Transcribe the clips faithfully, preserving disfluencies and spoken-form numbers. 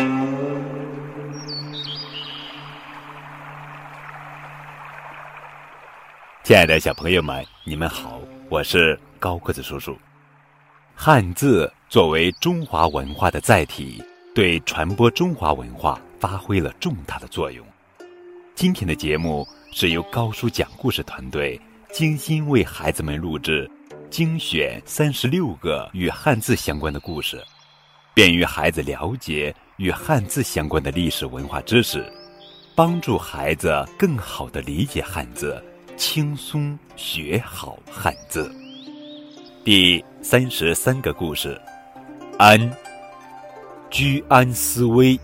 亲爱的小朋友们，你们好，我是高个子叔叔。汉字作为中华文化的载体，对传播中华文化发挥了重大的作用。今天的节目是由高叔讲故事团队精心为孩子们录制，精选三十六个与汉字相关的故事，便于孩子了解与汉字相关的历史文化知识，帮助孩子更好地理解汉字，轻松学好汉字。第三十三个故事，安，居安思危。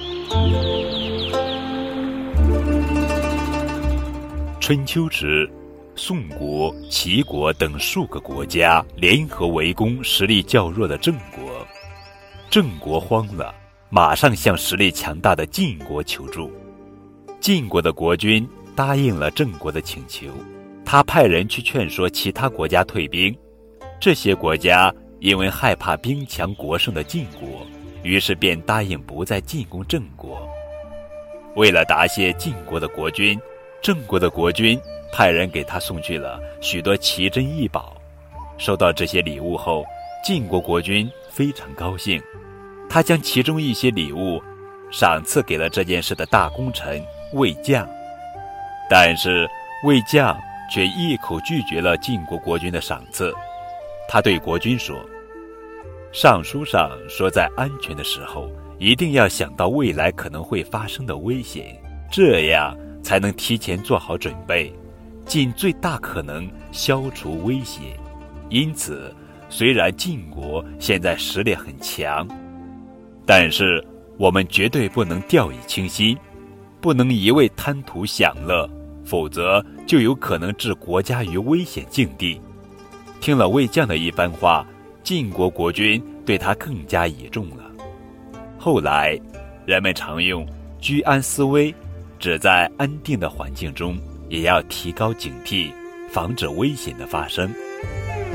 春秋时，宋国、齐国等数个国家联合围攻实力较弱的郑国。郑国慌了，马上向实力强大的晋国求助。晋国的国君答应了郑国的请求，他派人去劝说其他国家退兵。这些国家因为害怕兵强国胜的晋国，于是便答应不再进攻郑国。为了答谢晋国的国君，郑国的国君派人给他送去了许多奇珍异宝。收到这些礼物后，晋国国君非常高兴，他将其中一些礼物赏赐给了这件事的大功臣魏将。但是魏将却一口拒绝了晋国国君的赏赐。他对国君说，上书上说在安全的时候一定要想到未来可能会发生的危险，这样才能提前做好准备，尽最大可能消除威胁。因此虽然晋国现在实力很强，但是我们绝对不能掉以轻心，不能一味贪图享乐，否则就有可能置国家于危险境地。听了魏将的一番话，晋国国君对他更加倚重了。后来人们常用居安思危，指在安定的环境中也要提高警惕，防止危险的发生。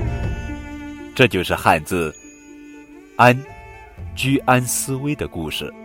这就是汉字安，居安思危的故事。